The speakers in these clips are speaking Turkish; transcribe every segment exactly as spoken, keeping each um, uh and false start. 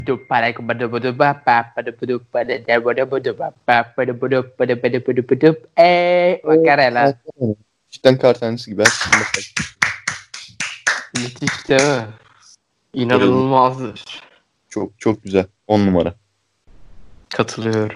Eee makarela. Cidden kar tanesi gibi. Müthiş değil mi? İnanılmazdır. Çok çok güzel. On numara. Katılıyorum.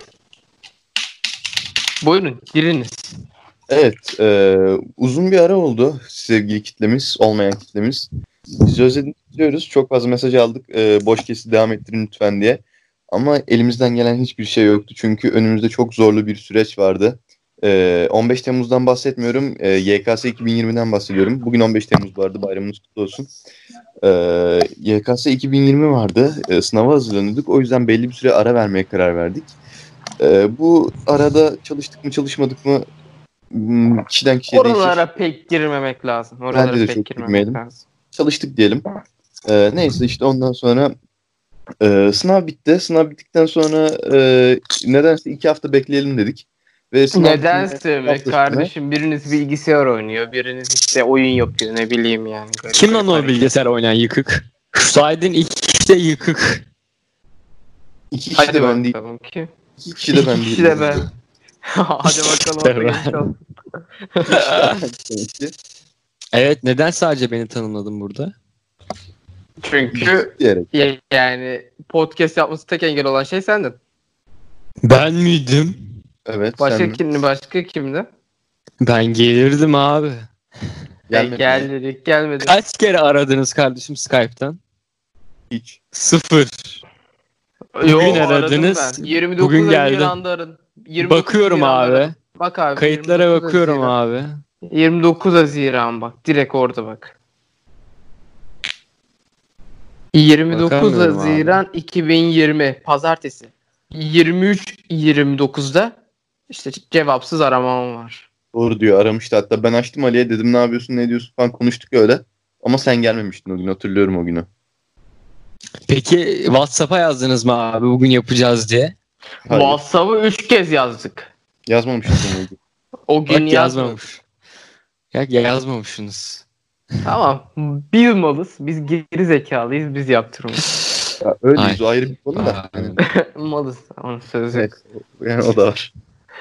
Buyurun giriniz. Evet. E, uzun bir ara oldu sevgili kitlemiz, olmayan kitlemiz. Biz özledik diyoruz. Çok fazla mesaj aldık. E, boş kesi devam ettirin lütfen diye. Ama elimizden gelen hiçbir şey yoktu. Çünkü önümüzde çok zorlu bir süreç vardı. E, on beş Temmuz'dan bahsetmiyorum. E, Y K S iki bin yirmiden bahsediyorum. Bugün on beş Temmuz vardı. Bayramınız kutlu olsun. E, Y K S iki bin yirmi vardı. E, sınava hazırlanıyorduk. O yüzden belli bir süre ara vermeye karar verdik. E, bu arada çalıştık mı çalışmadık mı hmm, kişiden kişiye değişir. Oralara pek girmemek lazım. Oralara Bence de pek çok girmemek girmeyelim. lazım. Çalıştık diyelim. E, neyse işte ondan sonra e, sınav bitti. Sınav bittikten sonra e, nedense iki hafta bekleyelim dedik. Ve sınav Nedense mi kardeşim? Biriniz bilgisayar oynuyor, biriniz işte oyun yapıyor, ne bileyim yani. Garip Kim garip lan o hareket. bilgisayar oynayan yıkık? Saydın iki kişi de yıkık. iki kişi Hadi de ben değil. bakalım ki. İki kişi de ben İki değil. kişi de ben. Hadi bakalım. İşte orada geçmiş ben. olsun. İki kişi de ben demek ki. Evet, neden sadece beni tanımladın burada? Çünkü Diyerek. ya- yani podcast yapması tek engel olan şey sendin. Ben miydim? Evet. Başka sen kimdi? Başka kimdi? Ben gelirdim abi. gelmedin. E, gel dedik, gelmedi. Kaç kere aradınız kardeşim Skype'tan? Hiç. Sıfır. Yo, Bugün aradım aradınız, ben. yirmi dokuz bugün geldim. Haziran'da aradım. yirmi dokuz Bakıyorum Haziran'da abi. aradım. Bak abi. Kayıtlara yirmi dokuz bakıyorum Haziran. abi. yirmi dokuz Haziran bak. Direkt orada bak. yirmi dokuz Bakamıyorum Haziran iki bin yirmi Pazartesi. yirmi üç yirmi dokuzda işte cevapsız aramam var. Doğru diyor. Aramıştı. Hatta ben açtım Ali'ye, dedim ne yapıyorsun ne diyorsun falan, konuştuk öyle. Ama sen gelmemiştin o gün. Hatırlıyorum o günü. Peki WhatsApp'a yazdınız mı abi bugün yapacağız diye? Hayır. WhatsApp'ı üç kez yazdık. Yazmamıştım o gün. O gün Bak yazmadık. yazmamış. Ya yazmamışsınız. Tamam. Biz malız. Biz geri zekalıyız. Biz yaptırmayız. Ya öyleyiz. Ay. O ayrı bir konu da. Ay. malız. Onun sözü. Evet. Yani o da var.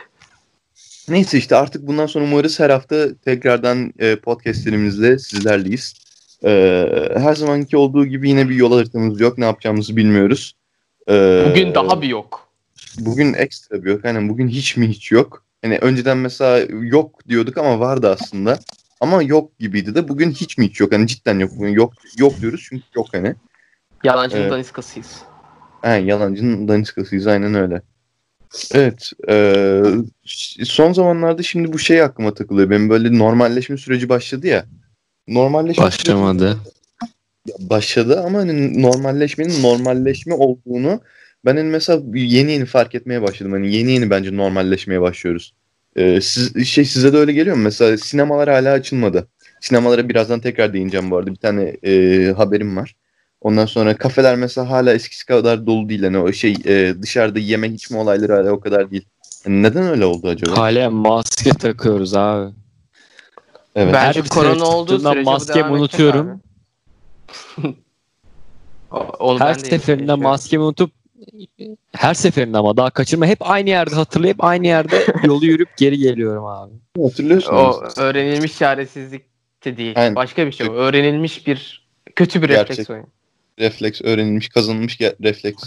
Neyse işte artık bundan sonra umarız her hafta tekrardan e, podcastlerimizle sizlerleyiz. E, her zamanki olduğu gibi yine bir yol haritamız yok. Ne yapacağımızı bilmiyoruz. E, Bugün daha bir yok. Bugün ekstra bir yok. Yani bugün hiç mi hiç yok. Hani önceden mesela yok diyorduk ama vardı aslında. Ama yok gibiydi de, bugün hiç mi hiç yok. Hani cidden yok. Bugün yok yok diyoruz çünkü yok hani. Yalancının Evet. daniskasıyız. He, yalancının daniskasıyız, aynen öyle. Evet. E, son zamanlarda şimdi bu şey aklıma takılıyor. Benim böyle normalleşme süreci başladı ya. Normalleşme Başlamadı. süreci başladı ama hani normalleşmenin normalleşme olduğunu ben hani mesela yeni yeni fark etmeye başladım. Hani yeni yeni bence normalleşmeye başlıyoruz. Ee, siz, şey size de öyle geliyor mu? Mesela sinemalar hala açılmadı. Sinemalara birazdan tekrar değineceğim bu arada. Bir tane e, haberim var. Ondan sonra kafeler mesela hala eskisi kadar dolu değil. Hani o şey e, dışarıda yeme içme olayları hala o kadar değil. Yani neden öyle oldu acaba? Hala maske takıyoruz abi. Evet. Bence Her bir korona sene olduğu çıktığında sürece bu maskemi devam edecek unutuyorum. abi. O- Onu Her ben de seferinde yaşıyorum. maskemi unutup her seferinde ama daha kaçırma, hep aynı yerde hatırlayıp aynı yerde yolu yürüp geri geliyorum abi. Hatırlıyorsunuz. O öğrenilmiş çaresizlik de değil. Aynen. Başka bir şey o. Öğrenilmiş bir kötü bir Gerçek. refleks oyun. Refleks, öğrenilmiş, kazanılmış ge- refleks.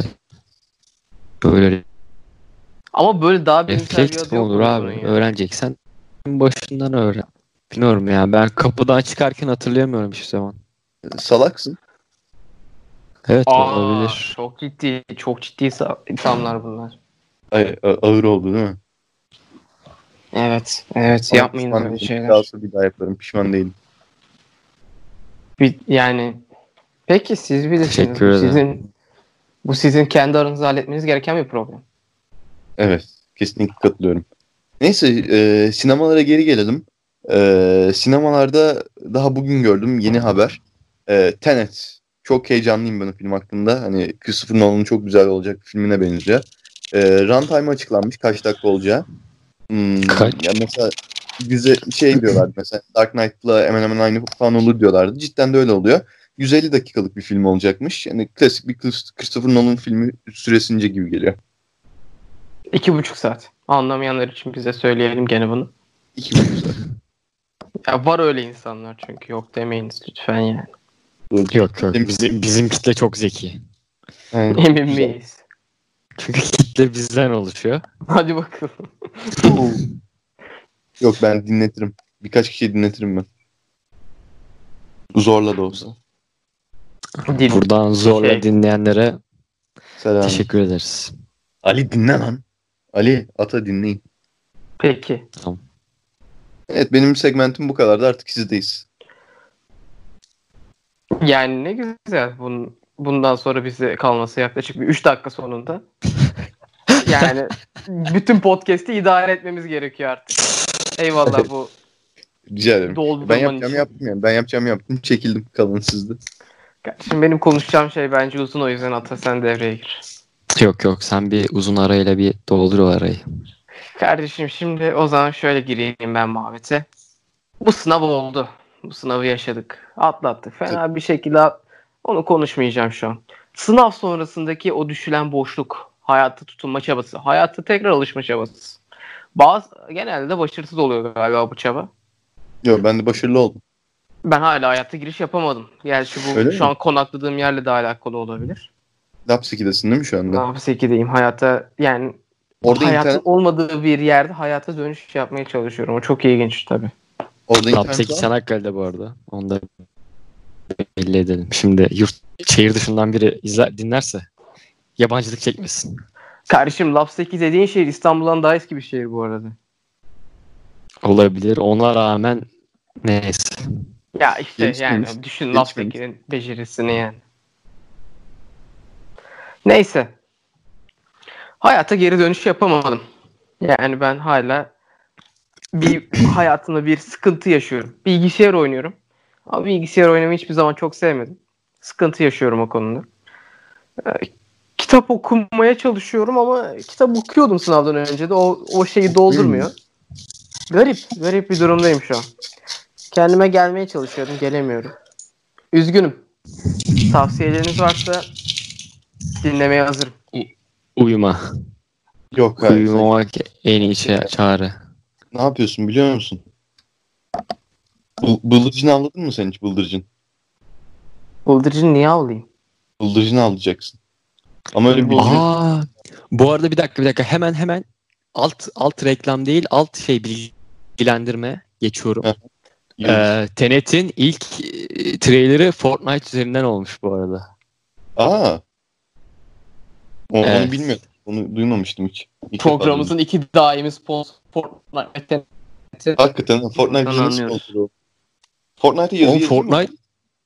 Böyle Ama böyle daha bilimsel bir refleks adı mi yok olur mu abi? bunun ya? Öğreneceksen başından öğren. Bilmiyorum ya, ben kapıdan çıkarken hatırlayamıyorum hiçbir zaman. Salaksın. Evet, Aa, olabilir. çok ciddi, çok ciddi sa- ithamlar bunlar. Ay, a- ağır oldu değil mi? Evet, evet Ama yapmayın pişman böyle değilim. şeyler. Bir daha olsa bir daha yaparım. Pişman değilim. Bir, yani peki siz bilirsiniz. Teşekkür Bu ederim. sizin bu sizin kendi aranızda halletmeniz gereken bir problem. Evet. Kesinlikle katılıyorum. Neyse e, sinemalara geri gelelim. E, sinemalarda daha bugün gördüm yeni haber. E, Tenet. Çok heyecanlıyım ben o film hakkında. Hani Christopher Nolan'ın çok güzel olacak bir filmine benziyor. E, runtime açıklanmış. Kaç dakika olacağı. Hmm, Kaç? ya mesela bize şey diyorlardı, mesela Dark Knight'la hemen hemen aynı falan olur diyorlardı. Cidden de öyle oluyor. yüz elli dakikalık bir film olacakmış. Yani klasik bir Christopher Nolan filmi süresince gibi geliyor. İki buçuk saat. Anlamayanlar için bize söyleyelim gene bunu. İki buçuk saat. Ya var öyle insanlar çünkü. Yok demeyiniz lütfen yani. Yok yok. Bizim, bizim kitle çok zeki. Yani, Emin güzel. miyiz? Çünkü kitle bizden oluşuyor. Hadi bakalım. Yok ben dinletirim. Birkaç kişiyi dinletirim ben. Zorla da olsa. Din. Buradan zorla Şey. dinleyenlere Selam. teşekkür ederiz. Ali dinle lan. Ali ata dinleyin. Peki. Tamam. Evet benim segmentim bu kadardı. Artık sizdeyiz. Yani ne güzel. Bunun, bundan sonra bize kalması yaklaşık bir üç dakika sonunda. Yani bütün podcast'i idare etmemiz gerekiyor artık. Eyvallah bu Rica ederim. doldurman Ben yapacağımı için. yaptım yani. Ben yapacağımı yaptım. Çekildim. Kalın sizde. Şimdi benim konuşacağım şey bence uzun, o yüzden Ata sen devreye gir. Yok yok sen bir uzun arayla bir doldur o arayı. Kardeşim şimdi o zaman şöyle gireyim ben muhabbete. Bu sınav oldu. Bu sınavı yaşadık. Atlattık. Fena bir şekilde onu konuşmayacağım şu an. Sınav sonrasındaki o düşülen boşluk, hayata tutunma çabası, hayata tekrar alışma çabası. Bazı genelde de başarısız oluyor galiba bu çaba. Yok ben de başarılı oldum. Ben hala hayata giriş yapamadım. Gerçi bu Öyle şu mi? an konakladığım yerle de alakalı olabilir. Laps ikidesin değil mi şu anda? Hapis ikideyim. Hayata yani Orada hayatın internet, olmadığı bir yerde hayata dönüş yapmaya çalışıyorum. O çok ilginç tabii. orada internet Lapseki var mı? Çanakkale'de bu arada. Onu da belli edelim. Şimdi yurt şehir dışından biri izler, dinlerse yabancılık çekmesin. Kardeşim Lapseki dediğin şehir İstanbul'dan daha eski bir şehir bu arada. Olabilir. Ona rağmen neyse. Ya işte Gelişmemiş. yani düşün Gelişmemiş. Lapseki'nin becerisini yani. Neyse. Hayata geri dönüş yapamadım. Yani ben hala bir hayatımda bir sıkıntı yaşıyorum. Bilgisayar oynuyorum. Ama bilgisayar oynamayı hiçbir zaman çok sevmedim. Sıkıntı yaşıyorum o konuda. Ee, kitap okumaya çalışıyorum ama kitap okuyordum sınavdan önce de o, o şeyi doldurmuyor. Garip, garip bir durumdayım şu an. Kendime gelmeye çalışıyorum, gelemiyorum. Üzgünüm. Tavsiyeleriniz varsa dinlemeye hazırım. Uyuma. Yok hayır. Sen Uyumamak en iyi şey, çare. ne yapıyorsun biliyor musun? Bıl- Bıldırcın avladın mı sen hiç bıldırcın? Bıldırcın niye avlayayım? Bıldırcını avlayacaksın. Ama öyle bir Aa, bu arada bir dakika bir dakika hemen hemen alt alt reklam değil alt şey bilgilendirme geçiyorum. Heh. Ee, Tenet'in ilk e, trailerı Fortnite üzerinden olmuş bu arada. Aa. O, Evet. Onu bilmiyorum. Onu duymamıştım hiç. İlk Programımızın iki daimi sponsor Fortnite'ten. defa duydum. Hakikaten Fortnite bizi nasıl anlıyoruz. sponsor oldu? Fortnite'e yazı Oğlum yazayım mı? Fortnite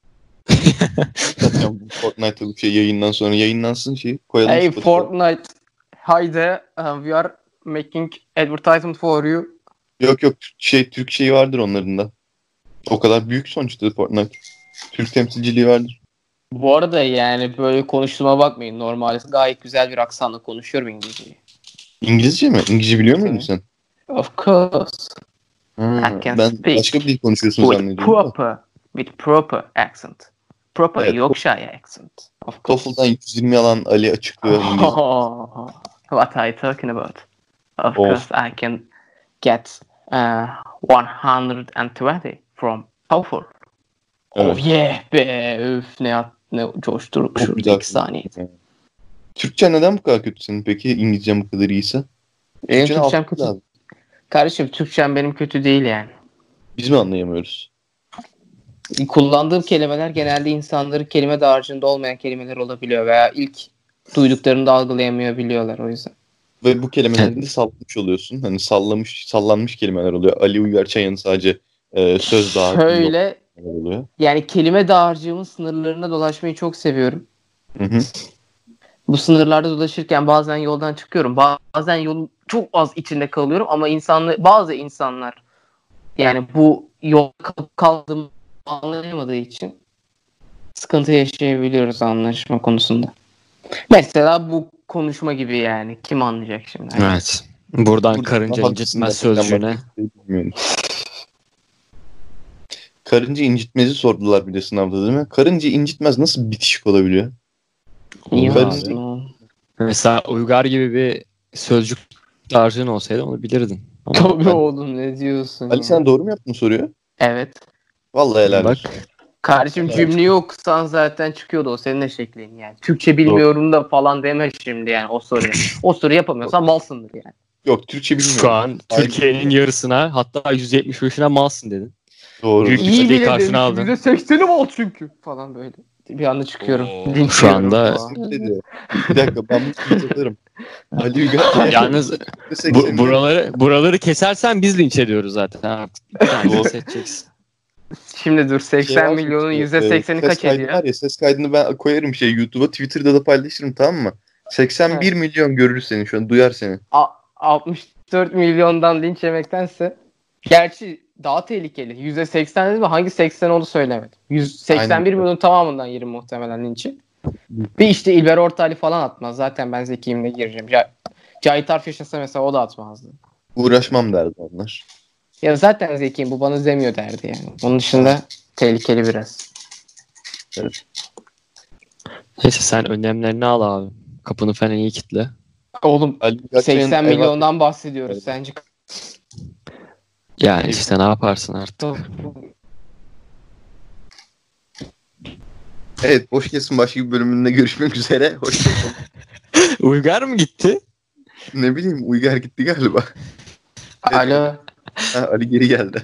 Zaten bu Fortnite'ı bu şey yayından sonra yayınlansın şey koyalım. Hey Spotify'a. Fortnite, hi there. Uh, we are making advertisement for you. Yok yok şey Türk şeyi vardır onların da. O kadar büyük sonuçta Fortnite. Türk temsilciliği vardır. Bu arada yani böyle konuştuğuma bakmayın. Normalde gayet güzel bir aksanla konuşuyorum İngilizceyi. İngilizce mi? İngilizce biliyor muydun Tabii. sen? Of course. Ha, I can ben speak başka bir dil konuşuyorsun with zannediyorum. da. proper, with proper accent. Proper Evet, Yorkshire accent. Of course. TOEFL'dan yüz yirmi alan Ali açıklıyor İngilizce. Oh, what are you talking about? Of Oh. course I can get uh, one hundred twenty from TOEFL. Evet. Oh yeah be. Öf ne yap ne coşturup Çok şurada güzel. iki saniye. Türkçe neden bu kadar kötü senin peki? İngilizcen bu kadar iyiyse? Benim Türkçeni Türkçem almak kötü. lazım. Kardeşim Türkçem benim kötü değil yani. Biz mi anlayamıyoruz? Kullandığım kelimeler genelde insanların kelime dağarcığında olmayan kelimeler olabiliyor veya ilk duyduklarını algılayamıyor biliyorlar o yüzden. Ve bu kelimeleri de sallamış oluyorsun. Hani sallamış, sallanmış kelimeler oluyor. Ali Uygar Çayan'ın sadece e, söz dağarcığında Şöyle oluyor. yani kelime dağarcığımın sınırlarında dolaşmayı çok seviyorum. Hı hı. Bu sınırlarda dolaşırken bazen yoldan çıkıyorum. Bazen yolun çok az içinde kalıyorum ama insanlı, bazı insanlar yani bu yolda kalıp kaldığımı anlayamadığı için sıkıntı yaşayabiliyoruz anlaşma konusunda. Mesela bu konuşma gibi yani. Kim anlayacak şimdi? Hani evet. Buradan Burada karınca haklısın incitmez gerçekten, sözcüğüne. başka bir şey bilmiyorum. karınca incitmezi sordular bir de sınavda değil mi? Karınca incitmez nasıl bitişik olabiliyor? İyi Karınca- abi. Mesela uygar gibi bir sözcük dağarcığın olsaydı onu bilirdin. Ama Tabii Ben- oğlum, ne diyorsun Ali ya? sen doğru mu yaptın soruyu? Evet. Vallahi helal bak olsun. Kardeşim Evet. cümleyi okusan zaten çıkıyordu o senin eşekliğin yani. Türkçe bilmiyorum da falan deme şimdi yani o soruyu. O soruyu yapamıyorsan malsındır yani. Yok Türkçe bilmiyorum. şu an Aynen. Türkiye'nin yarısına, hatta yüz yetmiş beşine malsın dedin. Doğru. Büyük bir İyi kitleyi bile karşına demişim. aldın. yüzde sekseni mal çünkü. Falan böyle. Bir anda çıkıyorum. Oo, Linç şu yiyorum anda- falan. Dedi. Bir dakika ben bu tweet atarım. Ali Uygar Yalnız bu, seksenini buraları buraları kesersen biz linç ediyoruz zaten. Artık bir tanesini Doğru. seçeceksin. Şimdi dur, şey seksen yazmış, milyonun e, yüzde sekseni ses kaç kaydı ediyor? var ya ses kaydını ben koyarım şey YouTube'a Twitter'da da paylaşırım tamam mı? seksen bir milyon görür seni şu an duyar seni. A- altmış dört milyondan linç yemektense, gerçi daha tehlikeli. yüzde seksen dedi mi? Hangi seksen onu söylemedim. yüz seksen bir Aynen. milyonun tamamından yerim muhtemelen linçi. Bir işte İlber Ortaylı falan atmaz. Zaten ben zekiyimle gireceğim. Ca- Cahit Arf yaşasa mesela o da atmazdı. Uğraşmam derdi onlar. Ya zaten zekiyim, bu bana zemiyor derdi yani. Onun dışında tehlikeli biraz. Neyse sen önlemlerini al abi. Kapını falan iyi kitle. Oğlum Ali Uygar seksen Çay'ın milyondan bahsediyoruz. Evet. Sence Yani işte ne yaparsın artık. Evet boş kesin başka bir bölümünde görüşmek üzere. Hoşçakalın. Uygar mı gitti? Ne bileyim Uygar gitti galiba. Alo. Ha, Ali geri geldi.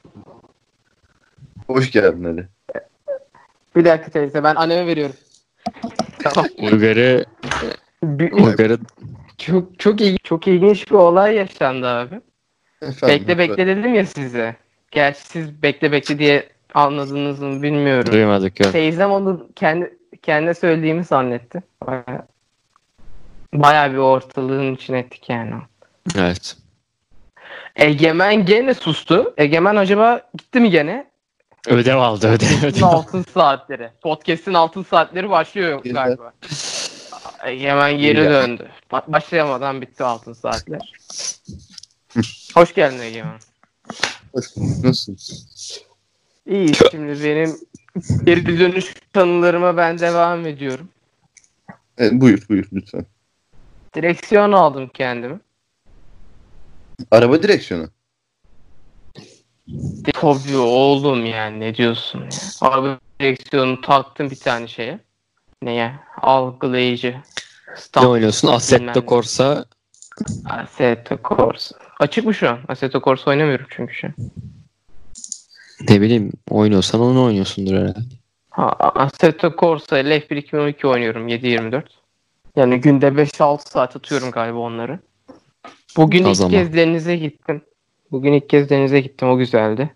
Hoş geldin Ali. Bir dakika teyze, ben anneme veriyorum. Tamam. Uygar'ı Bir- Uygar'ı çok çok ilginç, çok ilginç bir olay yaşandı abi. Efendim, Bekle bekle dedim ya size. Gerçi siz bekle bekle diye anladınız mı bilmiyorum. duymadık yok. Teyzem onu kendi kendine söylediğimi zannetti. Bayağı, bayağı bir ortalığın içine ettik yani. Evet. Egemen gene sustu. Egemen acaba gitti mi gene? Ödev aldı ödev. Podcast'in ödev. altın saatleri. Podcast'in altın saatleri başlıyor Güzel. galiba. Egemen geri Geri döndü. Ba- Başlayamadan bitti altın saatler. Hoş geldin Egemen. Hoş bulduk. Nasılsın? İyi, şimdi benim geri dönüş tanılarıma ben devam ediyorum. Evet, buyur buyur lütfen. Direksiyon aldım kendime. Araba direksiyonu. Tabii oğlum, yani ne diyorsun ya. Araba direksiyonu taktım bir tane şeye. Neye? Algılayıcı. Ne Stand. oynuyorsun? Assetto Bilmem ne. Corsa. Assetto Corsa. Açık mı şu an? Assetto Corsa oynamıyorum çünkü şu an. Ne bileyim, oynuyorsan onu oynuyorsundur herhalde. Ha, Assetto Corsa ile F bir iki bin on iki oynuyorum yedi yirmi dört. Yani günde beş altı saat atıyorum galiba onları. Bugün O ilk zaman. kez denize gittim. Bugün ilk kez denize gittim, o güzeldi.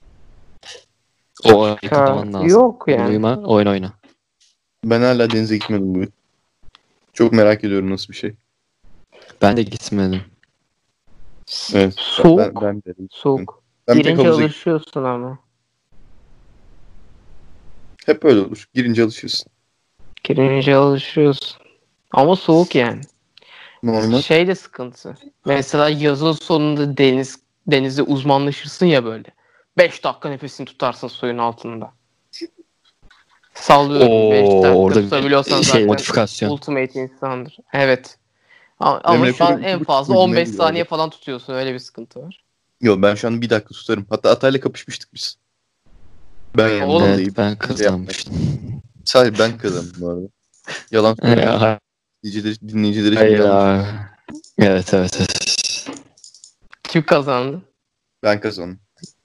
O ayı kapaman lazım. Yok Onu yani. uyuma, oyun oyna. Ben hala denize gitmedim bugün. Çok merak ediyorum nasıl bir şey. Ben de gitmedim. Evet. Soğuk. Ben, ben, ben, Soğuk. ben pek Girince havuza alışıyorsun ama. hep öyle olur. Girince alışıyorsun. Girince alışıyorsun. Ama soğuk yani. Normal. Şey de sıkıntı. Mesela yazın sonunda deniz denizde uzmanlaşırsın ya böyle. beş dakika nefesini tutarsın suyun altında. Sallıyorum, beş dakika orada tutabiliyorsan bir şey zaten modifikasyon. ultimate insandır. Evet. Ama, ama Benim şu an rekorum en iki buçuk fazla muydu, on beş neydi saniye galiba? falan tutuyorsun. Öyle bir sıkıntı var. Yok ben şu an bir dakika tutarım. Hatta Atay'la kapışmıştık biz. Ben yendim Oğlum. vallahi. Evet, ben Şey kazanmıştım. Sadece ben kazandım bu arada. Yalan söylüyorum. Ya, Dinleyicileri, dinleyicileri hayır şimdi yanlış. abi. Evet evet. evet. Kim kazandı? Ben kazandım.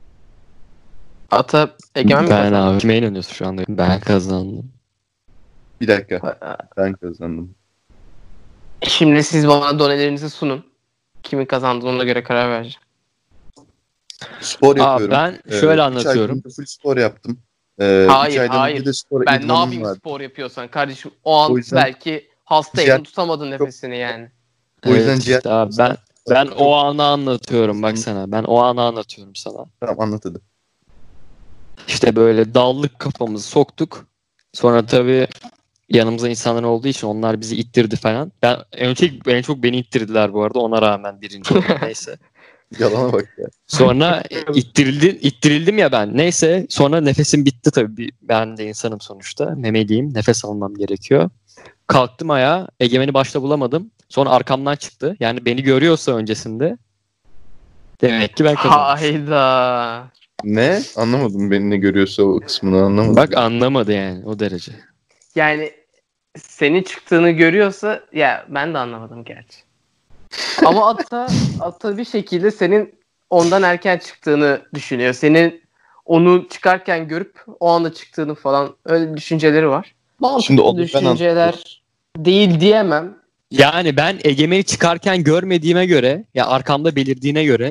Ata Egemen mi Ben kazandı? abi kime inanıyorsun şu anda? Ben kazandım. Bir dakika. Ben kazandım. Şimdi siz bana donelerinizi sunun. Kimin kazandığını ona göre karar vereceğim. Spor Aa, yapıyorum. ben Ee, şöyle üç anlatıyorum. aydır full spor yaptım. Ee, üç Hayır aydan önce hayır. de spor Ben ne idmanım yapayım vardı. spor yapıyorsan kardeşim, o an O yüzden belki hastaydın, ciğer tutamadın nefesini yani. o yüzden Evet ciğer işte abi, ben ben çok- o anı anlatıyorum baksana. Ben o anı anlatıyorum sana. Tamam anlat hadi. İşte böyle dallık kafamızı soktuk. Sonra tabii yanımızda insanlar olduğu için onlar bizi ittirdi falan. Ben en çok, en çok beni ittirdiler bu arada. Ona rağmen birinci oldum. Neyse. Yalana bak ya. Sonra ittirildi, ittirildim ya ben. Neyse sonra nefesim bitti tabii. Ben de insanım sonuçta. Memeliyim. Nefes almam gerekiyor. Kalktım ayağa. Egemen'i başta bulamadım. Sonra arkamdan çıktı. Yani beni görüyorsa öncesinde demek ki ben kazanmışım. Hayda. Ne? Anlamadım, beni ne görüyorsa o kısmını anlamadım. Bak anlamadı yani o derece. Yani senin çıktığını görüyorsa ya ben de anlamadım gerçi. Ama ata ata bir şekilde senin ondan erken çıktığını düşünüyor. Senin onu çıkarken görüp o anda çıktığını falan öyle düşünceleri var. Mantıklı Şimdi onu ben düşünceler değil diyemem. Yani ben Egemen'i çıkarken görmediğime göre ya arkamda belirdiğine göre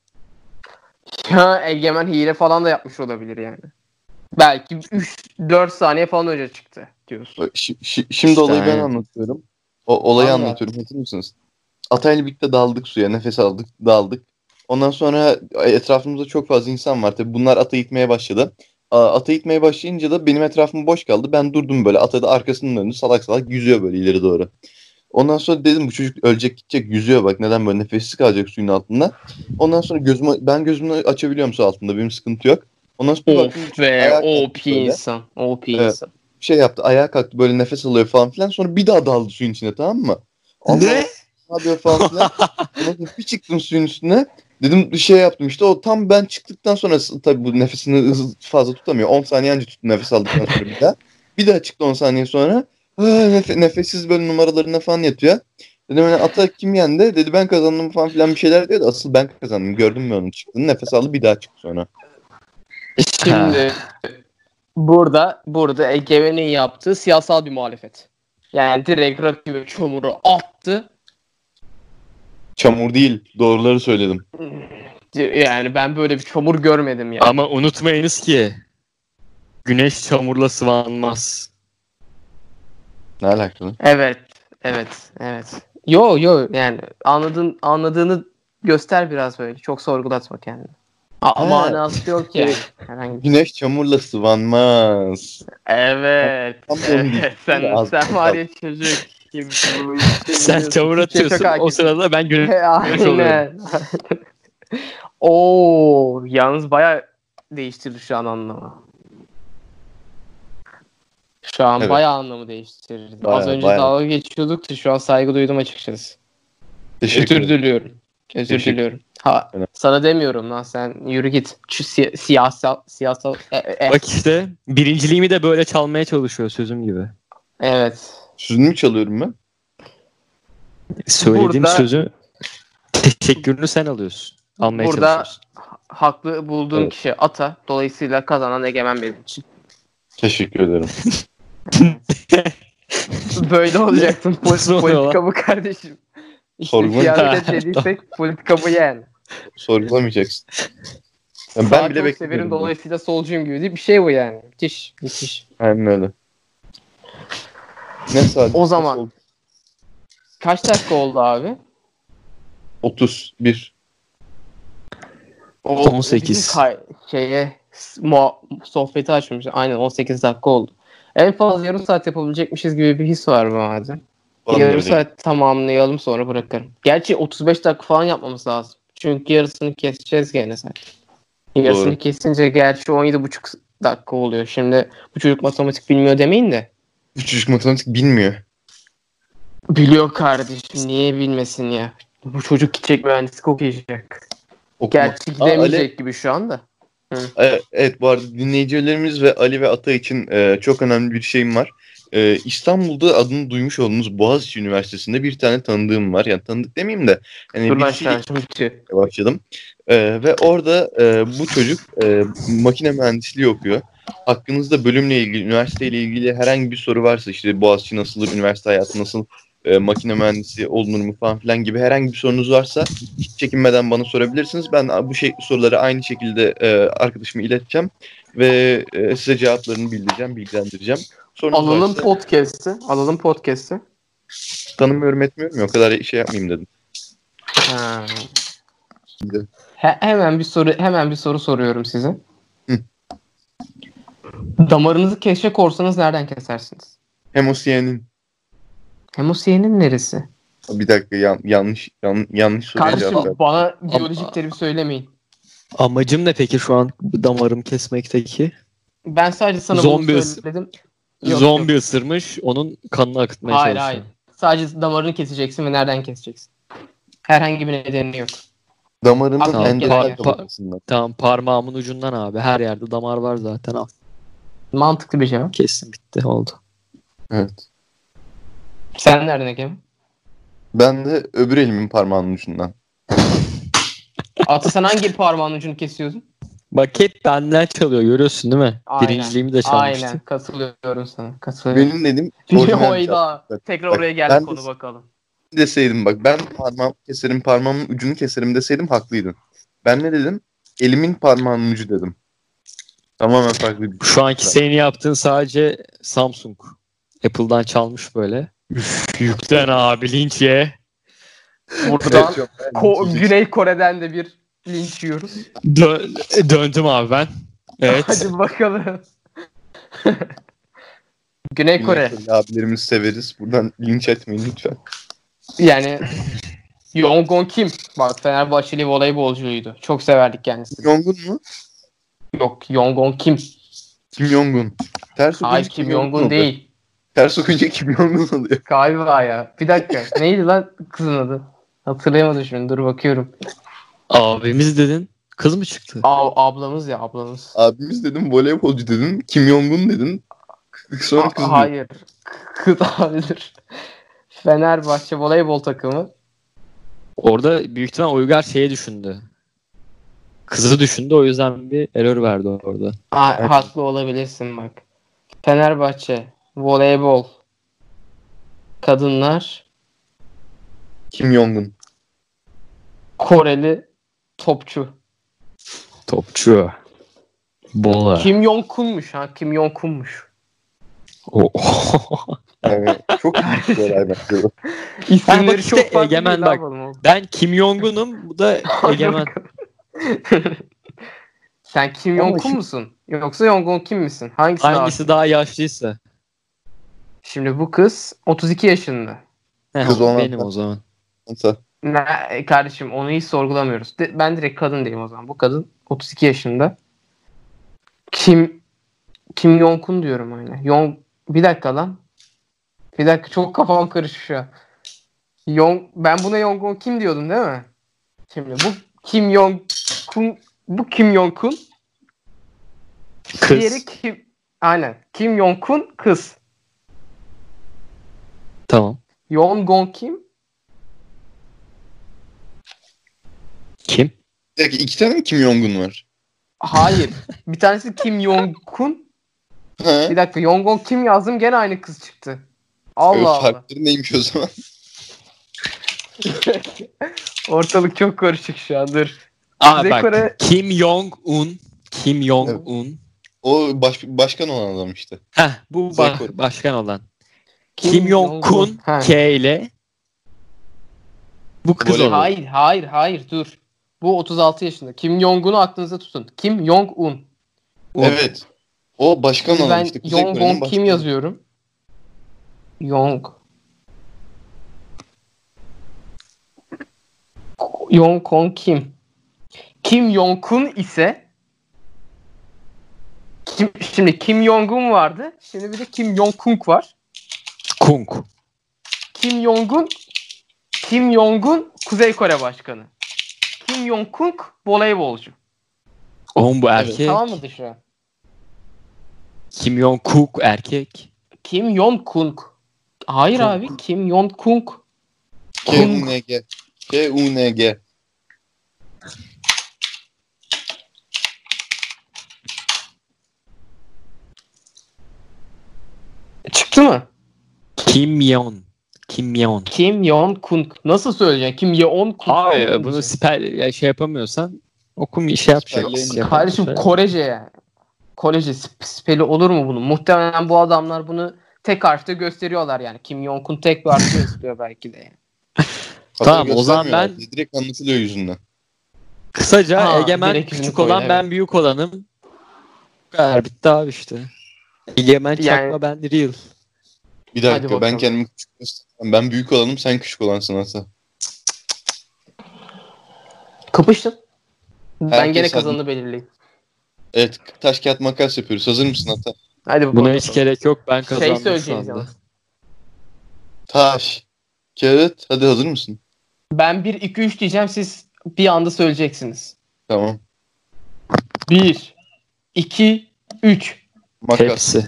Ya Egemen hile falan da yapmış olabilir yani. Belki üç dört saniye falan önce çıktı diyorsun. Şi- şi- şimdi İşte olayı ben aynen. anlatıyorum. O olayı Anlat. anlatıyorum. Hatırlıyor musunuz? Atayla birlikte daldık suya. Nefes aldık. Daldık. Ondan sonra etrafımızda çok fazla insan var. Tabii bunlar ata itmeye başladı. A- Ata itmeye başlayınca da benim etrafım boş kaldı. Ben durdum böyle. Ata da arkasının önünde salak salak yüzüyor böyle ileri doğru. Ondan sonra dedim bu çocuk ölecek gidecek, yüzüyor bak, neden böyle nefessiz kalacak suyun altında. Ondan sonra gözümü ben gözümü açabiliyorum su altında, benim sıkıntı yok. Ondan sonra bir baktım Of be, ayağa O kalktı P böyle. insan. O P Evet. insan. Şey yaptı, ayağa kalktı böyle, nefes alıyor falan filan, sonra bir daha daldı suyun içine, tamam mı? Allah Allah, ne yapıyor falan filan. Ondan sonra bir çıktım suyun üstüne. Dedim bir şey yaptım işte, o tam ben çıktıktan sonra tabii bu nefesini hızlı fazla tutamıyor. on saniye önce tuttu nefes aldıktan sonra bir daha. Bir daha çıktı on saniye sonra. "Ah, nef- nefessiz böyle numaralarına falan yatıyor. Dedim hani ata kim yendi? Dedi ben kazandım falan filan bir şeyler diyordu. Asıl ben kazandım. Gördüm mü onun çıktığını. Nefes aldı, bir daha çıktı sonra. Şimdi burada burada Egemen'in yaptığı siyasal bir muhalefet. Yani direkt rakibe çamuru attı. Çamur değil. Doğruları söyledim. Yani ben böyle bir çamur görmedim yani. Ama unutmayınız ki güneş çamurla sıvanmaz. Ne alakalı? Evet, evet, evet. Yo yo yani anladın anladığını göster biraz böyle. Çok sorgulatma kendini. A- He. manası yok yani. Herhangi bir. Güneş çamurla sıvanmaz. Evet, Tam da onu evet. diyecektim de Sen az sen var kaldı. ya çocuk gibi bu işi Sen biliyorsun. çamur Türkçe'ye çok atıyorsun. O hakimsin. sırada ben güneş oluyorum. Aynen. Oo, yalnız bayağı değiştirdi şu an anlamı. Şu an Evet. bayağı anlamı değiştirdi. Az Bayağı, önce bayağı. dalga geçiyorduk da şu an saygı duydum açıkçası. Teşekkür Özür ederim. diliyorum. Özür Teşekkür diliyorum. Ha, ederim. sana demiyorum lan, sen yürü git. Şu si- siyasal siyasal e- e- Bak işte birinciliğimi de böyle çalmaya çalışıyor sözüm gibi. evet. Sözünü mü çalıyorum ben? Söylediğim Burada- sözü teşekkürünü sen alıyorsun. Almaya Burada çalışıyorsun. ha- haklı bulduğum Evet. kişi Ata. Dolayısıyla kazanan Egemen benim için. Teşekkür ederim. Böyle olacaksın. Pol- Nasıl oluyor lan? politika bu kardeşim. İşte Sorgulamayacak. siyaset dediysek politika bu yani. Sorgulamayacaksın. Yani Sağı ben bile çok severim, beklemiyorum. bunu. dolayısıyla solcuyum gibi bir şey bu yani. Müthiş. Müthiş. Aynen öyle. Ne saat? O zaman- Nasıl oldu? Kaç dakika oldu abi? otuz bir. O, on sekiz. bizim kay- şeye muha- sohbeti açmış. Aynen on sekiz dakika oldu. En fazla yarım saat yapabilecekmişiz gibi bir his var madem. Bana da Yarım öyle. saat tamamlayalım, sonra bırakarım. Gerçi otuz beş dakika falan yapmamız lazım. Çünkü yarısını keseceğiz gene zaten. Yarısını Doğru. kesince gerçi on yedi buçuk dakika oluyor. Şimdi bu çocuk matematik bilmiyor demeyin de. Bu çocuk matematik bilmiyor. Biliyor kardeşim, niye bilmesin ya. Bu çocuk gidecek mühendislik okuyacak. Okuma. Gerçi Aa, Ali- gidemeyecek gibi şu anda. Evet, evet, bu arada dinleyicilerimiz ve Ali ve Ata için e, çok önemli bir şeyim var. E, İstanbul'da adını duymuş olduğunuz Boğaziçi Üniversitesi'nde bir tane tanıdığım var. Yani tanıdık demeyeyim de. Hani Dur lan birisiyle şarjım bitiyor. başladım. E, ve orada e, bu çocuk e, makine mühendisliği okuyor. Hakkınızda bölümle ilgili, üniversiteyle ilgili herhangi bir soru varsa, işte Boğaziçi nasıldır, üniversite hayatı nasıl, e, makine mühendisi olunur mu falan filan gibi herhangi bir sorunuz varsa hiç çekinmeden bana sorabilirsiniz. Ben bu şey soruları aynı şekilde e, arkadaşıma ileteceğim ve e, size cevaplarını bildireceğim, bilgilendireceğim. Sorunuz Alalım varsa podcast'ı. Alalım podcast'ı. tanımıyorum etmiyorum ya, o kadar şey yapmayayım dedim. Ha. He- hemen bir soru hemen bir soru soruyorum size. Hı. Damarınızı keşke korsanız nereden kesersiniz? Hemosiyenin Hemosiyenin neresi? Bir dakika yan, yanlış yan, yanlış soruya cevap Kardeşim ver. bana biyolojik terim söylemeyin. Amacım ne peki şu an damarım kesmekteki? Ben sadece sana Zombi bunu ıs- söyledim. Yok, Zombi yok. ısırmış, onun kanını akıtmaya Hayır çalışıyor. hayır. Sadece damarını keseceksin ve nereden keseceksin? Herhangi bir nedeni yok. Damarının Aklına ilk gelen endokard yer. dolayısından. Tamam, parmağımın ucundan abi. Her yerde damar var zaten. Al, Mantıklı bir cevap. kestim, bitti, oldu. Evet. Sen nereden Egemen? Ben de öbür elimin parmağının ucundan. Atı sen hangi parmağın ucunu kesiyorsun? Bak hep benden çalıyor, görüyorsun değil mi? Aynen. Birinciliğimi de çalmıştı. Aynen. Katılıyorum sana. Katılıyorum. Benim dedim orijinal Oyda. cevap. Tekrar Bak, oraya geldi ben konu de- bakalım. deseydim bak ben parmağımı keserim parmağımın ucunu keserim deseydim haklıydın. Ben ne dedim? Elimin parmağının ucu dedim. Tamamen farklı bir Şu anki senin yaptığın sadece Samsung. Apple'dan çalmış böyle. Üf, yüklen abi, linç ye. Buradan Evet, yok, ben Ko- linç Güney Kore'den de bir linç yiyoruz. Dö- döndüm abi ben. Evet. Hadi bakalım. Güney Güney Kore. Koreli abilerimizi severiz. Buradan linç etmeyin lütfen. Yani Yonggon Kim. Bak Fenerbahçeli voleybolcuydu. Çok severdik kendisini. Kim Jong-un mu? Yok Yonggon Kim. Kim Jong-un. Ters okuyunca Hayır Kim Jong-un oluyor. değil. Ters okuyunca Kim Jong-un oluyor. Galiba ya. Bir dakika. Neydi lan kızın adı? Hatırlayamadım şimdi. Dur bakıyorum. Abimiz dedin. Kız mı çıktı? A- ablamız ya ablamız. Abimiz dedim voleybolcu dedin. Kim Jong-un dedin. Sonra A- kız dedin. hayır. Kız abidir. Fenerbahçe voleybol takımı. Orada büyük ihtimal Uygar şeye düşündü. Kızı düşündü, o yüzden bir error verdi orada. Aa, Evet. haklı olabilirsin bak. Fenerbahçe voleybol kadınlar Kim Jong-un. Koreli topçu. Topçu. Bola. Kim Jong-kun'muş ha. Kim Jong-kun'muş. Yani çok iyi bir olay bence bu. İsimleri bak işte çok farklı Egemen değil, ne bak. yapalım oğlum? Ben Kim Jong-un'um, bu da Hadi Egemen. bakalım. Sen Kim Ama Jong-kun şu- musun? Yoksa Jong-un Kim misin? Hangisi, daha? Hangisi daha yaşlıysa. Şimdi bu kız otuz iki yaşında. Heh, Kız o olan- benim o zaman. Neyse. Ne, kardeşim onu hiç sorgulamıyoruz. De- ben direkt kadın diyeyim o zaman. Bu kadın otuz iki yaşında. Kim Kim Jong-kun diyorum aynen. Yong bir dakika lan. Bir dakika çok kafam karıştı şu an. Yong ben buna Jong-un Kim diyordum değil mi? Şimdi bu Kim Jong-kun bu Kim Jong-kun. Kız. Diğeri Kim aynen. Kim Jong-kun kız. Tamam. Yong-gon Kim. Kim? Bir dakika, iki tane mi Kim Jong-un var? Hayır. Bir tanesi Kim Jong-kun. Ha? Bir dakika Yong-gon Kim yazdım gene aynı kız çıktı. Evet, Allah Allah. farkları neymiş o zaman? Ortalık çok karışık şu an dur. Aa Kuzey bak. Kore- Kim Jong-un. Kim Jong-un. O baş, başkan olan adam işte. Heh, bu Kuzey ba- Kore. başkan olan. Kim Kim Jong-kun Ha. K ile. Bu kız Voleybol. olan. Hayır hayır hayır dur. Bu otuz altı yaşında. Kim Jong-un'u aklınıza tutun. Kim Jong-un. Un. Evet. O başkan Şimdi olan ben işte. Kuzey Kore'nin Yong-gon başkanı. Kim yazıyorum. Yong. Yong-gon Kim. Kim Jong-kun ise Kim, şimdi Kim Jong-un vardı. Şimdi bir de Kim Jong-kung var. Kung. Kim Jong-un Kim Jong-un Kuzey Kore Başkanı. Kim Jong-kung voleybolcu. Oğlum bu erkek. Tamam mıdır şu an? Kim Jong-kook erkek. Kim Jong-kung. Hayır Kung. abi. Kim Jong-kung. K U N G. K U N G. Çıktı mı? Kim Yeon. Kim Yeon. Kim Jong-kung. Nasıl söyleyeceksin? Kim Yeon-kung. Hayır, bunu spell ya şey yapamıyorsan okum şey yapacaksın. Spelleyin. Kardeşim Korece yani. Korece sp- speli olur mu bunun? Muhtemelen bu adamlar bunu tek harfte gösteriyorlar yani. Kim Jong-un tek bir harfte yazılıyor belki de yani. Tamam, o zaman ben- Göstermiyorlar. Direkt anlatılıyor yüzünden. Kısaca Ha, Egemen direkt yüzünü küçük koydu, olan, evet. ben büyük olanım. Bu kadar, bitti abi işte. Egemen çakma, Yani- ben real. Bir Hadi dakika ben bakalım. kendimi küçük göstermem Ben büyük olanım, sen küçük olansın Ata. Kapıştın. Ben Herkes gene hadi. kazanını belirleyeyim. Evet, taş kağıt makas yapıyoruz. Hazır mısın Ata? Hadi Buna bakalım. hiç gerek yok. Ben Şey kazandım şu söyleyeceğiniz anda. ama. Taş, kağıt. Hadi hazır mısın? Ben bir iki üç diyeceğim, siz bir anda söyleyeceksiniz. Tamam. bir iki üç. Makas. Hepsi.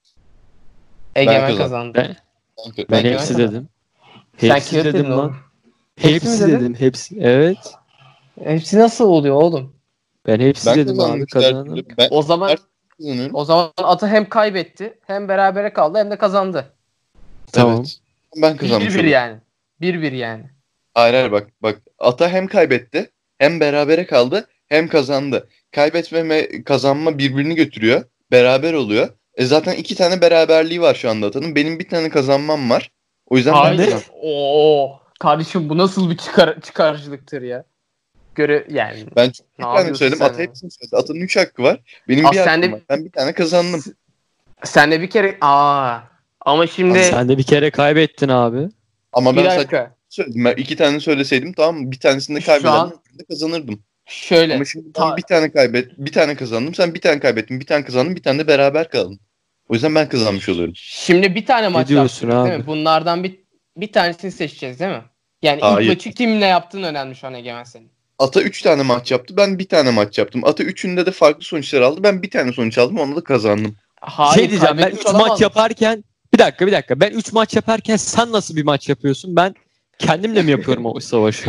Egemen kazandım. kazandı. Ben, Ben, ben ben Egemen hepsi kazandı. dedim. Sen Hepsi kağıt dedin dedim lan. oğlum. Hepsi mi Hepsi dedin? dedim. Hepsi. Evet. Hepsi nasıl oluyor oğlum? Ben hepsi ben dedim kazandım abi. işte her Kazandım. türlü. Ben O zaman her türlü kazanıyorum. o zaman Ata hem kaybetti, hem berabere kaldı, hem de kazandı. Tamam. Evet. Ben kazanmış bir bir oldum. yani. bir bir yani. Hayır hayır bak bak. Ata hem kaybetti, hem berabere kaldı, hem kazandı. Kaybetme ve kazanma birbirini götürüyor. Beraber oluyor. E zaten iki tane beraberliği var şu anda Ata'nın. Benim bir tane kazanmam var. O yüzden ben Hayır. kazandım. Oo. Kardeşim, bu nasıl bir çıkar çıkarcılıktır ya? Göre yani. Ben çok Ne bir tane yapıyorsun söyledim. sen Ata ya? hepsini söyledi. Ata'nın üç hakkı var. Benim Aa, bir sen hakkım de- var. Ben bir tane kazandım. Sen de bir kere aa ama şimdi Sen de bir kere kaybettin abi. Ama bir ben sadece dakika. söyledim. Ben iki tane söyleseydim tamam mı? Bir tanesini de Şu kaybederdim. an- öbürünü de kazanırdım. Şöyle. Ama şimdi ben ta- bir tane kaybet, bir tane kazandım. Sen bir tane kaybettin, bir tane kazandın, bir tane de beraber kaldın. O yüzden ben kazanmış oluyorum. Şimdi bir tane maç diyorsun yapıyoruz değil abi? mi? Bunlardan bir bir tanesini seçeceğiz değil mi? Yani ilk Hayır. maçı kiminle yaptığın önemli şu an Egemen senin. Ata üç tane maç yaptı. Ben bir tane maç yaptım. Ata üçünde de farklı sonuçlar aldı. Ben bir tane sonuç aldım. Onu da kazandım. Hayır, şey diyeceğim, ben kaybetmiş üç olamaz maç mısın? yaparken bir dakika bir dakika ben üç maç yaparken sen nasıl bir maç yapıyorsun? Ben kendimle mi yapıyorum o savaşı?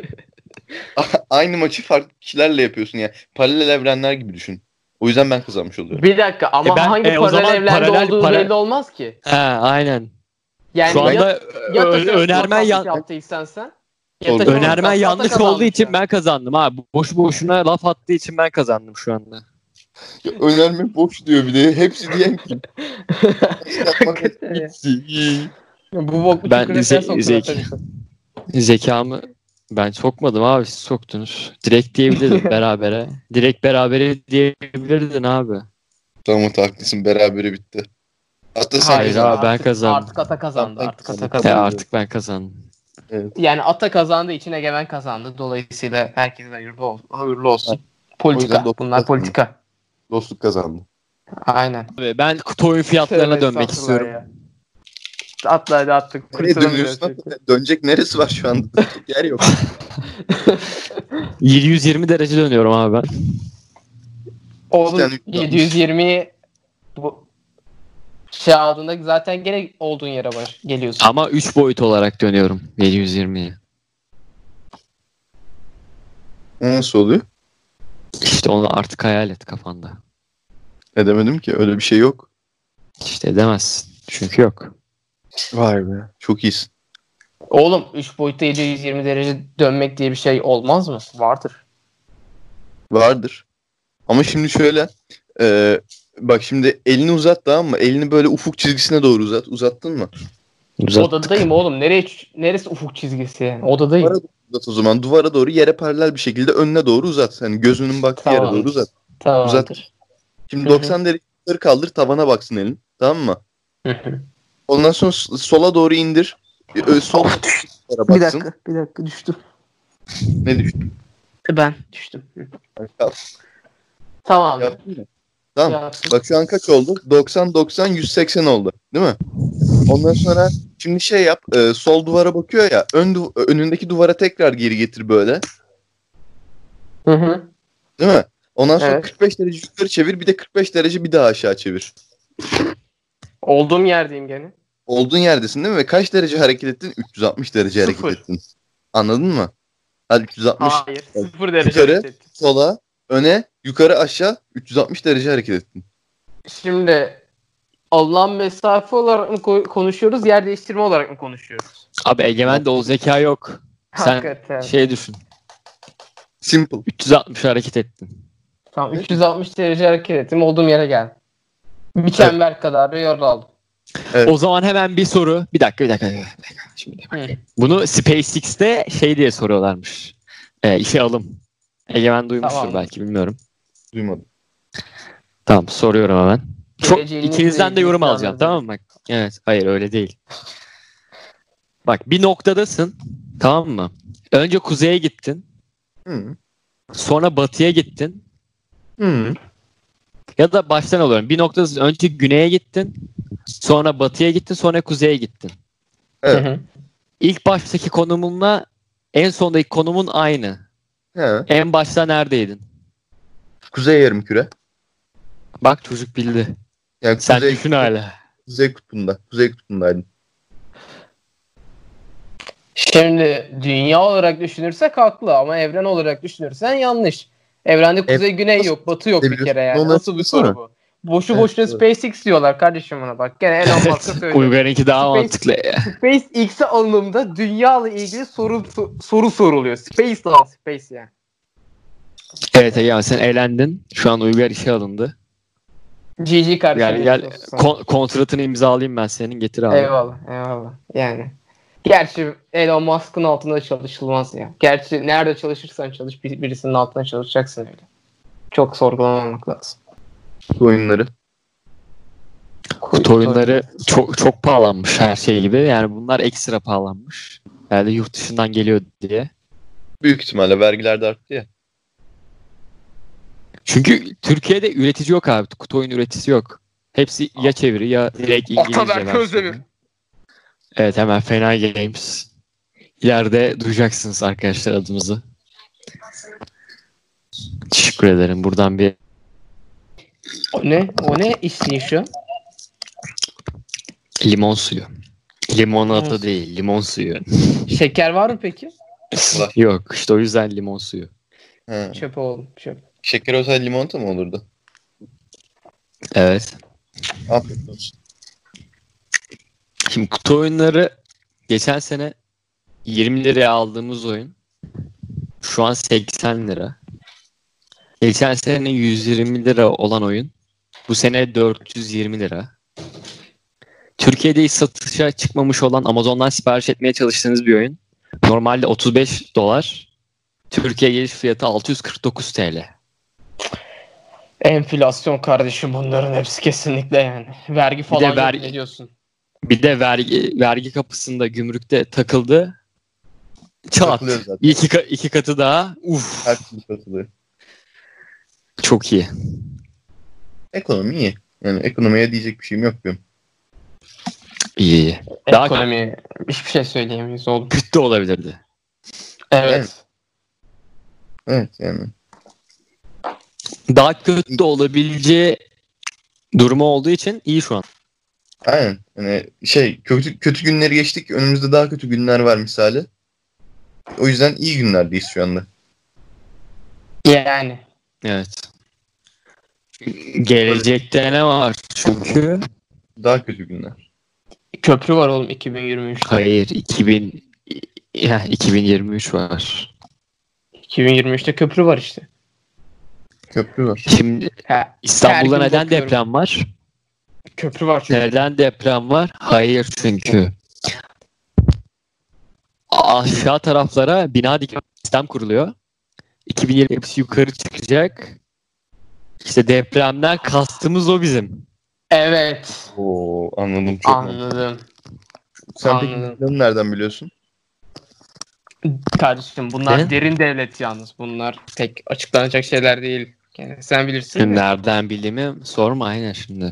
Aynı maçı farklı kişilerle yapıyorsun yani. Paralel evrenler gibi düşün. O yüzden ben kazanmış oluyorum. Bir dakika ama E ben- hangi e o paralel zaman evrende paralel- olduğu para- belli olmaz ki. He aynen. Yani Şu ya, anda ya ö- taşa önermen makaslık yan- yaptıysan sen. Doğru. taşa önermen makaslık yanlış kazandı olduğu şu için an. ben kazandım abi. Boşu boşuna laf attığı için ben kazandım şu anda. Ya, önerme boş diyor bir de. Hepsi diyen kim? Hakikaten ya. Gitsin. Bu boklu Ben çukura sen ze- soktun zeki. Atakan. Zekamı ben sokmadım abi, siz soktunuz. Direkt diyebilirdin berabere. Direkt berabere diyebilirdin abi. Tamam Ata, haklısın. Berabere bitti. Hatta sen Hayır kazandın. abi, ben Artık- kazandım. Artık Ata kazandı. Tamam, Artık ben Ata kazandım. E kazandı. artık ben kazandım. Evet. Yani Ata kazandığı için Egemen kazandı. Dolayısıyla herkese hayırlı, ol- hayırlı olsun. O yüzden Politika. dokuz Bunlar kazandı. politika. Dostluk kazandı. Aynen. Abi ben kutu oyun fiyatlarına Tövbe dönmek estağfurullah istiyorum. ya. Atla hadi attık. Nereye dönüyorsun? Ata? Dönecek neresi var şu anda? Dönecek yer yok. yedi yüz yirmi derece dönüyorum abi ben. Oğlum tane üç yüz altmış. yedi yüz yirmiyi bu şey aldığında zaten gene olduğun yere baş geliyorsun. Ama üç boyut olarak dönüyorum yedi yüz yirmiye. O nasıl oluyor? İşte onu artık hayal et kafanda. Edemedim ki. Öyle bir şey yok. İşte edemezsin. Çünkü yok. Vay be. Çok iyisin. Oğlum üç boyutta yedi yüz yirmi derece dönmek diye bir şey olmaz mı? Vardır. Vardır. Ama şimdi şöyle. e, bak şimdi elini uzat, tamam mı? Elini böyle ufuk çizgisine doğru uzat. Uzattın mı? Uzattık. Odadayım oğlum. Nereye neresi ufuk çizgisi yani? Odadayım. Duvara doğru uzat o zaman. Duvara doğru, yere paralel bir şekilde önüne doğru uzat. Hani gözünün baktığı yere Tamam. doğru uzat. Tamamdır. Şimdi Hı hı. doksan derece yukarı kaldır, tavana baksın elin. Tamam mı? Hı hı. Ondan sonra s- sola doğru indir. Ö- Sol Of, düştüm. tarafa Bir baksın. dakika, bir dakika düştüm. Ne düştü? Ben düştüm. Hı. Kalk. Tamam. Yaptın mı? Tamam. Yaptım. Bak şu an kaç oldu? doksan, doksan, yüz seksen oldu. Değil mi? Ondan sonra şimdi şey yap. e, sol duvara bakıyor ya. Ön du- önündeki duvara tekrar geri getir böyle. Hı hı. Değil mi? Ondan sonra Evet. kırk beş derece yukarı çevir. Bir de kırk beş derece bir daha aşağı çevir. Olduğum yerdeyim gene. Olduğun yerdesin değil mi? Ve kaç derece hareket ettin? üç yüz altmış derece Sıfır. hareket ettin. Anladın mı? Hadi üç yüz altmış Hayır. Sıfır derece yukarı. hareket ettim. sola, öne, yukarı, aşağı üç yüz altmış derece hareket ettin. Şimdi alınan mesafe olarak mı ko- konuşuyoruz, yer değiştirme olarak mı konuşuyoruz? Abi Egemen'de o zeka yok. Sen Hakikaten. şey düşün. Simple. üç yüz altmış hareket ettin. Tamam, üç yüz altmış derece hareket ettim. Olduğum yere geldim. Bir çember kadar da yol aldım. Evet. O zaman hemen bir soru. Bir dakika bir dakika. Bir dakika. Şimdi bak. Hı. Bunu SpaceX'te şey diye soruyorlarmış. E, işe alım. Egemen duymuştur Tamam. belki, bilmiyorum. Duymadım. Tamam, soruyorum hemen. Çok, Geleceğinizle ikinizden de ilgili yorum planlarınızı- alacağım, tamam mı? Evet. Hayır, öyle değil. Bak bir noktadasın. Tamam mı? Önce kuzeye gittin. Hı. Sonra batıya gittin. Hı. Ya da baştan alıyorum. Bir noktada önce güneye gittin. Sonra batıya gittin. Sonra kuzeye gittin. Evet. Hı hı. İlk baştaki konumunla en sondaki konumun aynı. He. En başta neredeydin? Kuzey yarımküre. Bak çocuk bildi. Yani Sen kuzey, düşün hala. kuzey kutbunda. Kuzey kutbundaydım. Şimdi dünya olarak düşünürsek haklı ama evren olarak düşünürsen yanlış. Evrende kuzey güney yok, batı yok bir kere yani. Onu Nasıl bir soru açıklasana. bu? Boşu Evet, boşuna evet. SpaceX diyorlar kardeşim buna bak. Gene Elon Musk'a Evet. söylüyorum. Uygar'ınki daha Space- mantıklı. SpaceX'e alındığında dünya ile ilgili soru soru soruluyor. Space lan space yani. Evet Egemen sen eğlendin. Şu an Uygar işe alındı. G G kardeşim. Gel gel geçmiş olsun sana. kon- kontratını imzalayayım ben senin. Getir abi. Eyvallah, eyvallah. Yani. Gerçi Elon Musk'ın altında çalışılmaz ya. Gerçi nerede çalışırsan çalış bir- birisinin altında çalışacaksın öyle. Çok sorgulamamak lazım. Kutu oyunları. Kutu oyunları çok çok pahalanmış her şey gibi. Yani bunlar ekstra pahalanmış. Yani yurt dışından geliyor diye. Büyük ihtimalle vergiler de arttı ya. Çünkü Türkiye'de üretici yok abi. Kutu oyun üreticisi yok. Hepsi ya çeviri ya direkt İngilizce Ataberk versiyonu. Özdemir. Evet hemen Fena Games. İleride duyacaksınız arkadaşlar adımızı. Teşekkür ederim. Buradan bir O ne? O ne içtiğin şu? limon suyu. Limonata Limon değil, limon suyu. Şeker var mı peki? Var. Yok işte o yüzden limon suyu. He. Çöp oğlum çöp. Şeker olsa limonata mı olurdu? Evet. Afiyet olsun. Şimdi kutu oyunları geçen sene yirmi liraya aldığımız oyun şu an seksen lira. Geçen sene yüz yirmi lira olan oyun bu sene dört yüz yirmi lira. Türkiye'de hiç satışa çıkmamış olan Amazon'dan sipariş etmeye çalıştığınız bir oyun. Normalde otuz beş dolar. Türkiye geliş fiyatı altı yüz kırk dokuz T L. Enflasyon kardeşim bunların hepsi kesinlikle yani. Vergi falan yok vergi- ne diyorsun? Bir de vergi vergi kapısında gümrükte takıldı. Çat. Takılıyor zaten. İki, ka- iki katı daha. Uf. Her türlü katılıyor. Çok iyi. Ekonomi iyi. Yani ekonomiye diyecek bir şeyim yok benim. İyi iyi. Daha Ekonomi hiçbir şey söyleyemeyiz oğlum. kötü de olabilirdi. Evet. Evet. Evet yani. Daha kötü de olabileceği durumu olduğu için iyi şu an. Aynen. Yani şey kötü kötü günleri geçtik. Önümüzde daha kötü günler var misali. O yüzden iyi günlerdeyiz şu anda. Yani. Evet. Gelecekte ne var çünkü? Daha kötü günler. Köprü var oğlum iki bin yirmi üçte. Hayır iki bin ya iki bin yirmi üç var. iki bin yirmi üçte köprü var işte. Köprü var. Şimdi Ha, her İstanbul'da gün neden bakıyorum. deprem var? Köprü var çünkü. Neden deprem var? Hayır çünkü aşağı taraflara bina dikme sistem kuruluyor. iki bin yirmi hepsi yukarı çıkacak. İşte depremden kastımız o bizim. Evet. Oo anladım çok. Anladım. Sen peki anladım. planı nereden biliyorsun? Kardeşim bunlar Ne? derin devlet yalnız. Bunlar tek açıklanacak şeyler değil. Yani sen bilirsin. de. Nereden bildiğimi sorma aynen şimdi.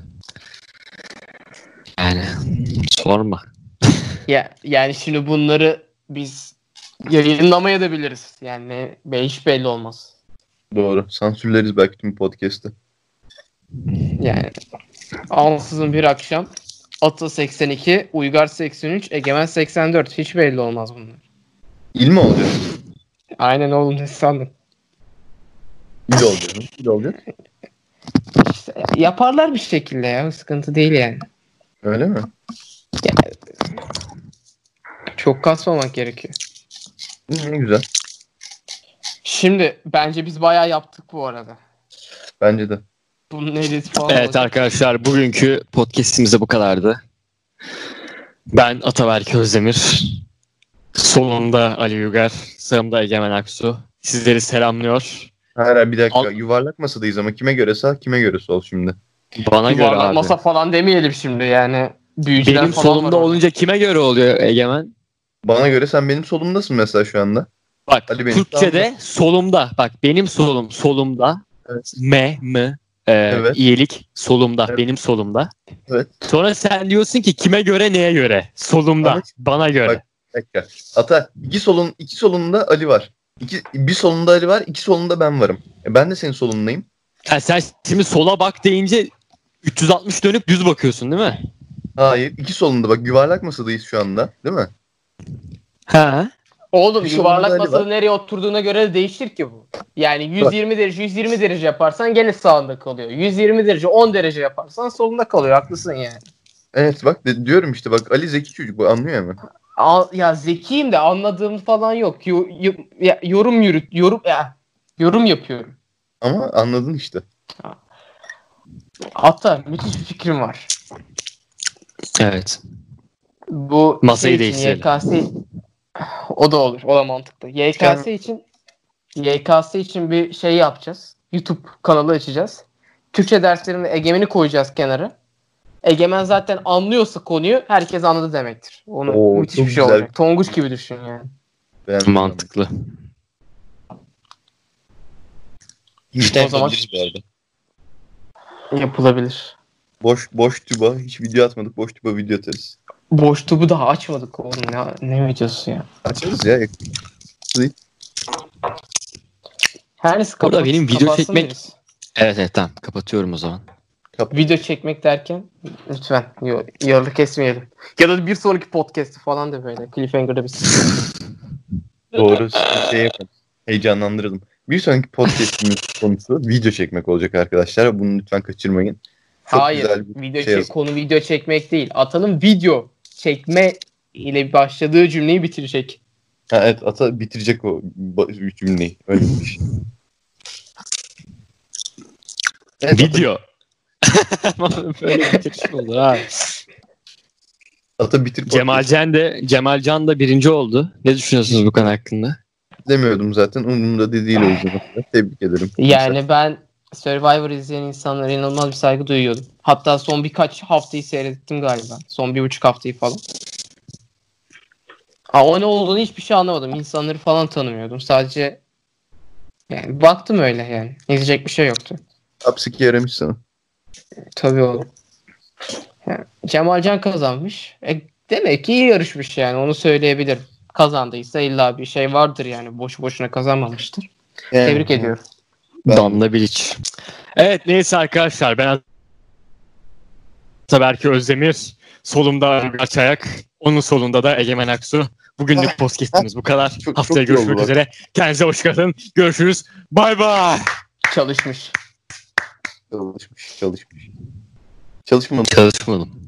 Yani sorma. Ya, yani şimdi bunları biz yayınlamaya da biliriz. Yani be- hiç belli olmaz. Doğru. Sansürleriz belki tüm podcast'ı. Yani ansızın bir akşam Ata seksen iki, Uygar seksen üç, Egemen seksen dört. Hiç belli olmaz bunlar. İl mi olacak? Aynen oğlum ne sandın? İl olacak. İl olacak. İşte yaparlar bir şekilde ya. Sıkıntı değil yani. Öyle mi? Çok kasmamak gerekiyor. Hı, ne güzel. Şimdi bence biz bayağı yaptık bu arada. Bence de. Bunun edit falan Evet olacak. arkadaşlar bugünkü podcast'imiz de bu kadardı. Ben Ataberk Özdemir. Solunda Ali Uygar. Sağımda Egemen Aksu. Sizleri selamlıyor. Hayır bir dakika. Al- Yuvarlak masadayız ama kime göre sağ kime göre sol şimdi. Bana göre Yuvarlak abi. masa falan demeyelim şimdi yani. Büyücüler Benim falan var solumda orada. olunca kime göre oluyor Egemen? Bana göre sen benim solumdasın mesela şu anda. Bak Ali benim Türkçe'de sağımda. solumda. Bak benim solum solumda. Evet. M, M. E, Evet. iyilik solumda. Evet. Benim solumda. Evet. Sonra sen diyorsun ki kime göre neye göre? Solumda. Ama- Bana göre. Bak. Tekrar. Ata iki solun iki solunda Ali var. İki, bir solunda Ali var, iki solunda ben varım. E ben de senin solundayım. Yani sen şimdi sola bak deyince üç yüz altmış dönüp düz bakıyorsun değil mi? Hayır, iki solunda bak yuvarlak masadayız şu anda, değil mi? Ha. Oğlum Bir yuvarlak solunda Ali masada var. nereye oturduğuna göre de değişir ki bu. Yani yüz yirmi derece yüz yirmi derece yaparsan gene sağında kalıyor. yüz yirmi derece on derece yaparsan solunda kalıyor. Haklısın yani. Evet bak de- diyorum işte bak Ali zeki çocuk bu anlıyor mu? Al- ya zekiyim de anladığım falan yok. Yo- yo- ya, yorum yürüt, yorum ya yorum yapıyorum. Ama anladın işte. Hatta müthiş bir fikrim var. Evet. Bu Masayı şey için değiştirelim. Y K S o da olur. O da mantıklı. Y K S için Y K S için bir şey yapacağız. YouTube kanalı açacağız. Türkçe derslerini Egemen'i koyacağız kenara. Egemen zaten anlıyorsa konuyu herkes anladı demektir. Onu Oo, müthiş çok bir şey güzel. olacak. Tonguç gibi düşün yani. Beğendim. Mantıklı. İşte O zaman- yapabiliriz bu arada. Yapılabilir. Boş boş tuba hiç video atmadık. Boş tuba video atarız. Boş tubu daha açmadık oğlum. Ne, ne videosu ya. Açarız ya. Her neyse Orada kapat, benim video kapatsın çekmek- birisi. Evet evet tamam. Kapatıyorum o zaman. Video çekmek derken lütfen yo- yarılı kesmeyelim. Ya da bir sonraki podcast'ı falan da böyle. Cliffhanger'da bir Doğru şey yapalım. Heyecanlandıralım. Bir sonraki podcast'imiz konusu video çekmek olacak arkadaşlar. Bunu lütfen kaçırmayın. Çok Hayır. güzel bir Video şey çek- yazın. konu video çekmek değil. Atanın video çekme ile başladığı cümleyi bitirecek. Ha, evet Ata bitirecek o ba- cümleyi. Öyle bir şey. Evet, Ata, Video. Böyle bitiriş mi olur ha? Ata bitir podcast. Cemalcan de Cemalcan da birinci oldu. Ne düşünüyorsunuz bu konu hakkında? demiyordum zaten. Umurumda da değil o yüzden. Tebrik ederim. Yani ben Survivor izleyen insanlara inanılmaz bir saygı duyuyordum. Hatta son birkaç haftayı seyrettim galiba. Son bir buçuk haftayı falan. Aa, o ne olduğunu hiçbir şey anlamadım. İnsanları falan tanımıyordum. Sadece yani baktım öyle yani. İzleyecek bir şey yoktu. Hapsiki yaramış sana. Tabii oğlum. Yani Cemalcan kazanmış. E, demek ki iyi yarışmış yani. Onu söyleyebilirim. Kazandıysa illa bir şey vardır yani. Boşu boşuna kazanmamıştır. Yani, Tebrik ediyorum. Ben- Damla Bilic. Evet neyse arkadaşlar ben Ataberk Özdemir. Solumda Ömer Çayak. Onun solunda da Egemen Aksu. Bugünlük podcast'imiz bu kadar. Çok- Haftaya çok iyi oldu görüşmek bak. üzere. Kendinize hoş kalın. Görüşürüz. Bay bay. Çalışmış. Çalışmış, çalışmış. Çalışmadım. Çalışmadım.